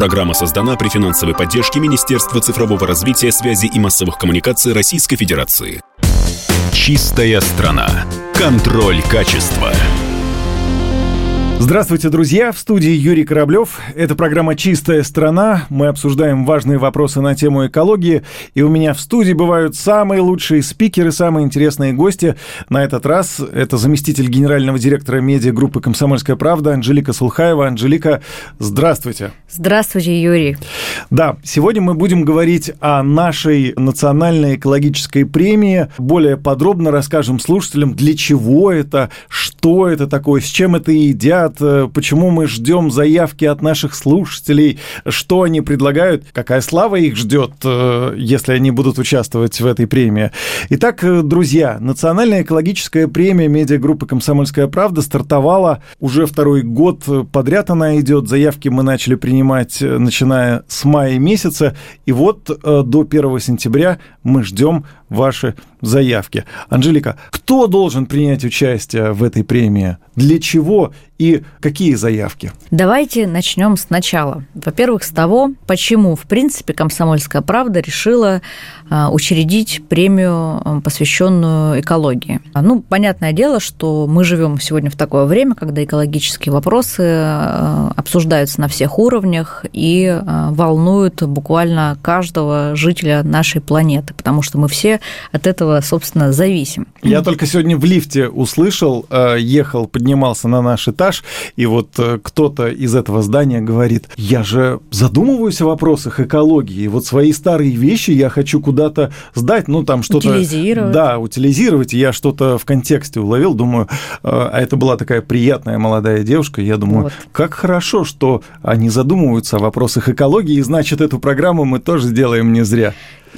Программа создана при финансовой поддержке Министерства цифрового развития, связи и массовых коммуникаций Российской Федерации. Чистая страна. Контроль качества. Здравствуйте, друзья! В студии Юрий Кораблев. Это программа «Чистая страна». Мы обсуждаем важные вопросы на тему экологии. И у меня в студии бывают самые лучшие спикеры, самые интересные гости. На этот раз это заместитель генерального директора медиагруппы «Комсомольская правда» Анжелика Сулхаева. Анжелика, здравствуйте! Здравствуйте, Юрий! Да, сегодня мы будем говорить о нашей национальной экологической премии. Более подробно расскажем слушателям, для чего это, что это такое, с чем это едят, почему мы ждем заявки от наших слушателей, что они предлагают, какая слава их ждет, если они будут участвовать в этой премии. Итак, друзья, национальная экологическая премия медиагруппы «Комсомольская правда» стартовала уже второй год подряд, она идет. Заявки мы начали принимать, начиная с мая месяца, и вот до 1 сентября мы ждем ваши заявки. Анжелика, кто должен принять участие в этой премии? Для чего и какие заявки? Давайте начнем сначала. Во-первых, с того, почему, в принципе, «Комсомольская правда» решила учредить премию, посвященную экологии. Ну, понятное дело, что мы живем сегодня в такое время, когда экологические вопросы обсуждаются на всех уровнях и волнуют буквально каждого жителя нашей планеты, потому что мы все от этого, собственно, зависим. Я только сегодня в лифте услышал, ехал, поднимался на наш этаж, и вот кто-то из этого здания говорит: я же задумываюсь о вопросах экологии, и вот свои старые вещи я хочу куда-то сдать, ну, там что-то... Утилизировать. Да, утилизировать, я что-то в контексте уловил, думаю, а это была такая приятная молодая девушка, я думаю, вот. Как хорошо, что они задумываются о вопросах экологии, и значит, эту программу мы тоже сделаем не зря.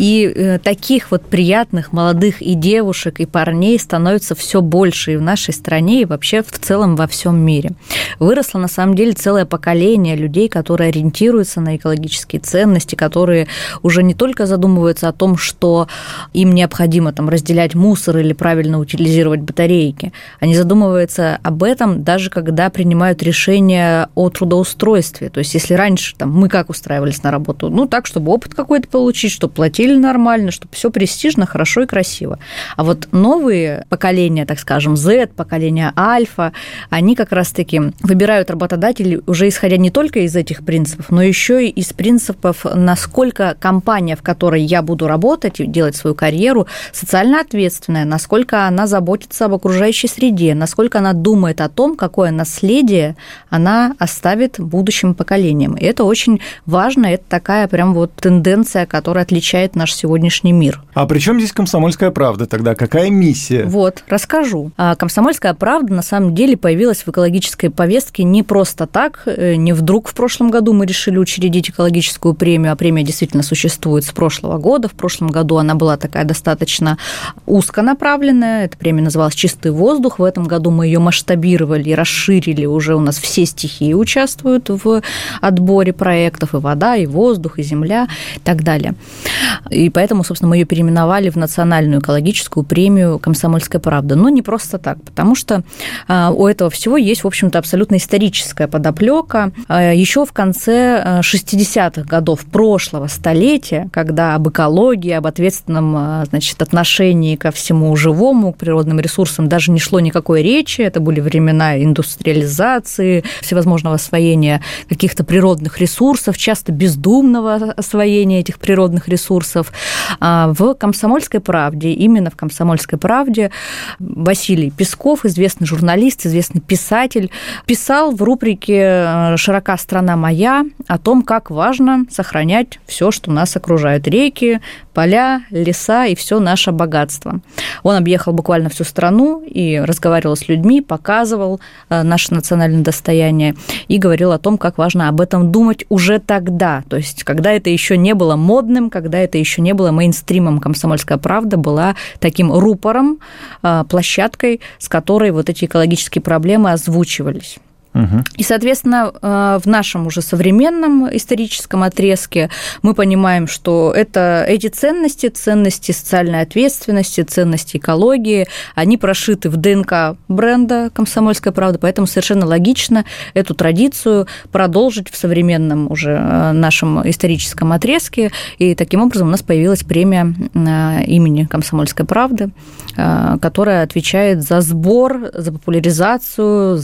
И таких вот приятных молодых и девушек, и парней становится все больше и в нашей стране, и вообще в целом во всем мире. Выросло, на самом деле, целое поколение людей, которые ориентируются на экологические ценности, которые уже не только задумываются о том, что им необходимо там разделять мусор или правильно утилизировать батарейки. Они задумываются об этом даже когда принимают решения о трудоустройстве. То есть если раньше там, мы как устраивались на работу? Ну, так, чтобы опыт какой-то получить, чтобы платить нормально, чтобы все престижно, хорошо и красиво. А вот новые поколения, так скажем, Z, поколение Альфа, они как раз-таки выбирают работодателей уже исходя не только из этих принципов, но еще и из принципов, насколько компания, в которой я буду работать и делать свою карьеру, социально ответственная, насколько она заботится об окружающей среде, насколько она думает о том, какое наследие она оставит будущим поколениям. И это очень важно, это такая прям вот тенденция, которая отличает наш сегодняшний мир. А при чем здесь «Комсомольская правда» тогда? Какая миссия? Вот, расскажу. «Комсомольская правда» на самом деле появилась в экологической повестке не просто так, не вдруг в прошлом году мы решили учредить экологическую премию, а премия действительно существует с прошлого года. В прошлом году она была такая достаточно узконаправленная, эта премия называлась «Чистый воздух». В этом году мы ее масштабировали и расширили, уже у нас все стихии участвуют в отборе проектов, и вода, и воздух, и земля, и так далее. И поэтому, собственно, мы ее переименовали в национальную экологическую премию «Комсомольская правда». Но не просто так, потому что у этого всего есть, в общем-то, абсолютно историческая подоплека. Еще в конце 60-х годов прошлого столетия, когда об экологии, об ответственном, значит, отношении ко всему живому, к природным ресурсам даже не шло никакой речи, это были времена индустриализации, всевозможного освоения каких-то природных ресурсов, часто бездумного освоения этих природных ресурсов. В «Комсомольской правде», именно в «Комсомольской правде» Василий Песков, известный журналист, известный писатель, писал в рубрике «Широка страна моя» о том, как важно сохранять все, что нас окружает: реки, поля, леса и все наше богатство. Он объехал буквально всю страну и разговаривал с людьми, показывал наше национальное достояние и говорил о том, как важно об этом думать уже тогда, то есть когда это еще не было модным, когда это еще не было мейнстримом. «Комсомольская правда» была таким рупором, площадкой, с которой вот эти экологические проблемы озвучивались. И, соответственно, в нашем уже современном историческом отрезке мы понимаем, что эти ценности социальной ответственности, ценности экологии, они прошиты в ДНК бренда «Комсомольская правда», поэтому совершенно логично эту традицию продолжить в современном уже нашем историческом отрезке, и таким образом у нас появилась премия имени «Комсомольской правды», которая отвечает за сбор, за популяризацию,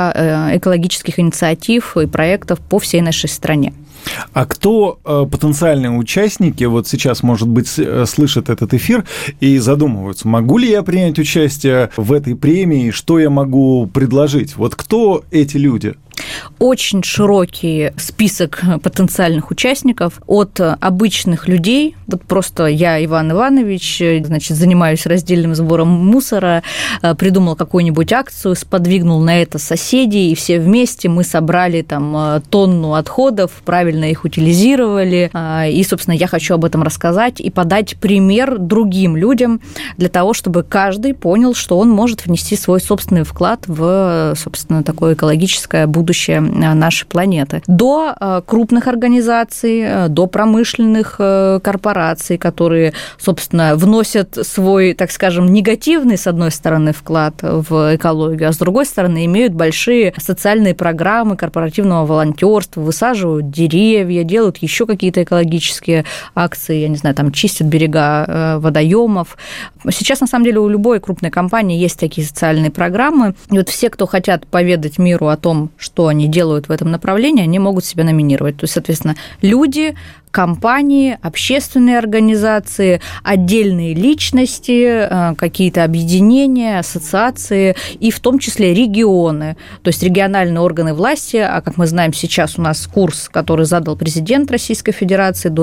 за экологических инициатив и проектов по всей нашей стране. А кто потенциальные участники, вот сейчас, может быть, слышат этот эфир и задумываются, могу ли я принять участие в этой премии, что я могу предложить? Вот кто эти люди? Очень широкий список потенциальных участников, от обычных людей, вот просто я, Иван Иванович, значит, занимаюсь раздельным сбором мусора, придумал какую-нибудь акцию, сподвигнул на это соседей, и все вместе мы собрали там тонну отходов, правильно их утилизировали, и, собственно, я хочу об этом рассказать и подать пример другим людям для того, чтобы каждый понял, что он может внести свой собственный вклад в, собственно, такое экологическое будущее нашей планеты. До крупных организаций, до промышленных корпораций, которые, собственно, вносят свой, так скажем, негативный, с одной стороны, вклад в экологию, а с другой стороны, имеют большие социальные программы корпоративного волонтерства, высаживают деревья, делают еще какие-то экологические акции, я не знаю, там чистят берега водоемов. Сейчас, на самом деле, у любой крупной компании есть такие социальные программы, и вот все, кто хотят поведать миру о том, что они делают в этом направлении, они могут себя номинировать. То есть, соответственно, люди, компании, общественные организации, отдельные личности, какие-то объединения, ассоциации, и в том числе регионы, то есть региональные органы власти, а как мы знаем, сейчас у нас курс, который задал президент Российской Федерации до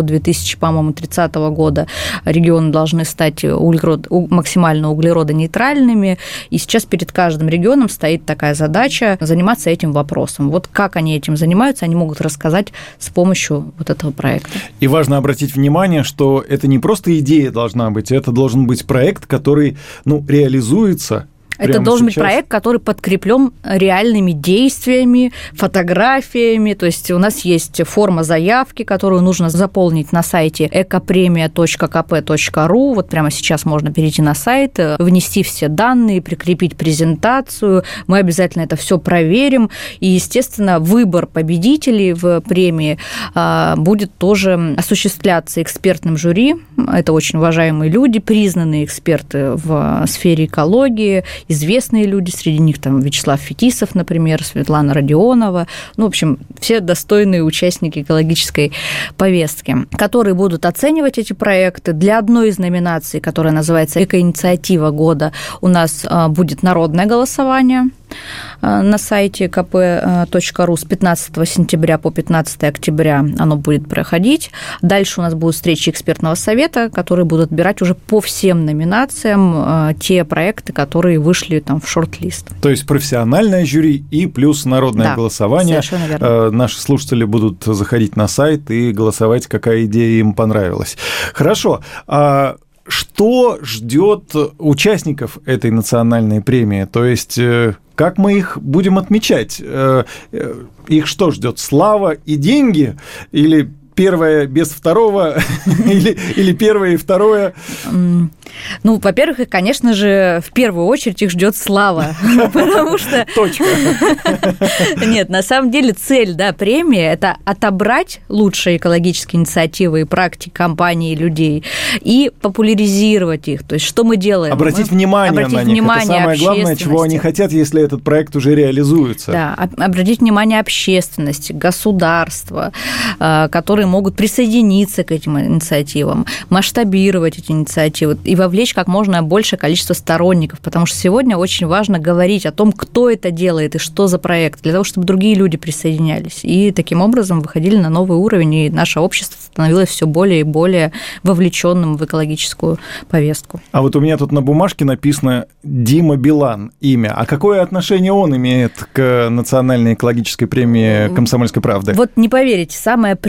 2030 года, регионы должны стать максимально углеродонейтральными, и сейчас перед каждым регионом стоит такая задача заниматься этим вопросом. Вот как они этим занимаются, они могут рассказать с помощью вот этого проекта. И важно обратить внимание, что это не просто идея должна быть, это должен быть проект, который, реализуется. Это должен быть проект, который подкреплен реальными действиями, фотографиями. То есть у нас есть форма заявки, которую нужно заполнить на сайте ecopremia.kp.ru. Вот прямо сейчас можно перейти на сайт, внести все данные, прикрепить презентацию. Мы обязательно это все проверим. И, естественно, выбор победителей в премии будет тоже осуществляться экспертным жюри. Это очень уважаемые люди, признанные эксперты в сфере экологии, известные люди, среди них там Вячеслав Фетисов, например, Светлана Родионова, в общем, все достойные участники экологической повестки, которые будут оценивать эти проекты. Для одной из номинаций, которая называется «Экоинициатива года», у нас будет народное голосование на сайте kp.ru с 15 сентября по 15 октября оно будет проходить. Дальше у нас будут встречи экспертного совета, которые будут отбирать уже по всем номинациям те проекты, которые вышли там в шорт-лист. То есть профессиональное жюри и плюс народное голосование. Совершенно верно. Наши слушатели будут заходить на сайт и голосовать, какая идея им понравилась. Хорошо. Что ждет участников этой национальной премии? То есть как мы их будем отмечать? Их что ждет? Слава и деньги? Или первое без второго? Или первое и второе? Во-первых, конечно же, в первую очередь их ждет слава, потому что... Точка. Нет, на самом деле цель, премии – это отобрать лучшие экологические инициативы и практики компаний и людей и популяризировать их. То есть что мы делаем? Обратить внимание на них. Это самое главное, чего они хотят, если этот проект уже реализуется. Да, обратить внимание общественности, государства, которые могут присоединиться к этим инициативам, масштабировать эти инициативы и вовлечь как можно большее количество сторонников, потому что сегодня очень важно говорить о том, кто это делает и что за проект, для того, чтобы другие люди присоединялись. И таким образом выходили на новый уровень, и наше общество становилось все более и более вовлеченным в экологическую повестку. А вот у меня тут на бумажке написано Дима Билан, имя. А какое отношение он имеет к национальной экологической премии «Комсомольской правды»? Вот не поверите, самое прямое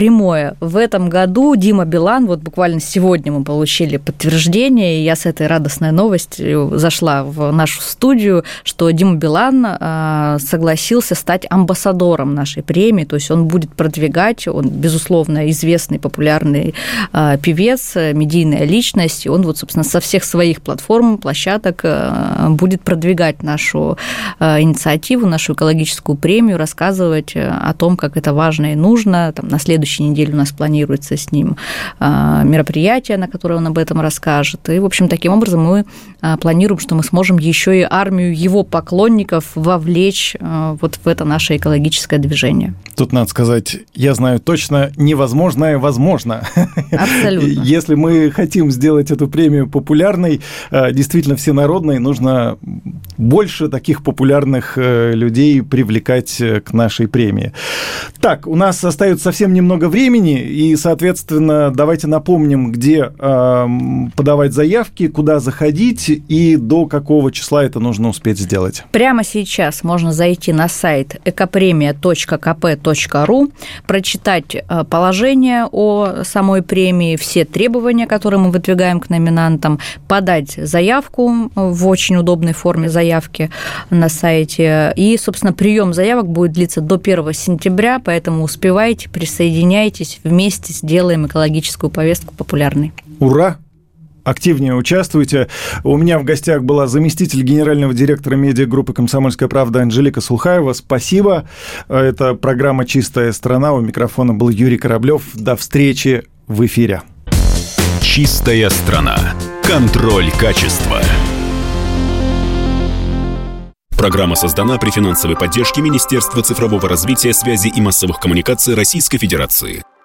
Далее, в этом году Дима Билан, вот буквально сегодня мы получили подтверждение, и я с этой радостной новостью зашла в нашу студию, что Дима Билан согласился стать амбассадором нашей премии, то есть он будет продвигать, он, безусловно, известный, популярный певец, медийная личность, и он вот, собственно, со всех своих платформ, площадок будет продвигать нашу инициативу, нашу экологическую премию, рассказывать о том, как это важно и нужно. Там, на следующей неделе у нас планируется с ним мероприятие, на которое он об этом расскажет. И, в общем, таким образом мы планируем, что мы сможем еще и армию его поклонников вовлечь вот в это наше экологическое движение. Тут надо сказать, я знаю точно, невозможное возможно. Абсолютно. Если мы хотим сделать эту премию популярной, действительно всенародной, нужно больше таких популярных людей привлекать к нашей премии. Так, у нас остается совсем немного времени, и, соответственно, давайте напомним, где подавать заявки, куда заходить и до какого числа это нужно успеть сделать. Прямо сейчас можно зайти на сайт экопремия.kp.ру, прочитать положение о самой премии, все требования, которые мы выдвигаем к номинантам, подать заявку в очень удобной форме заявки на сайте. И, собственно, прием заявок будет длиться до 1 сентября, поэтому успевайте, присоединяйтесь, вместе сделаем экологическую повестку популярной. Ура! Активнее участвуйте. У меня в гостях была заместитель генерального директора медиагруппы «Комсомольская правда» Анжелика Сулхаева. Спасибо. Это программа «Чистая страна». У микрофона был Юрий Кораблев. До встречи в эфире. «Чистая страна». Контроль качества. Программа создана при финансовой поддержке Министерства цифрового развития, связи и массовых коммуникаций Российской Федерации.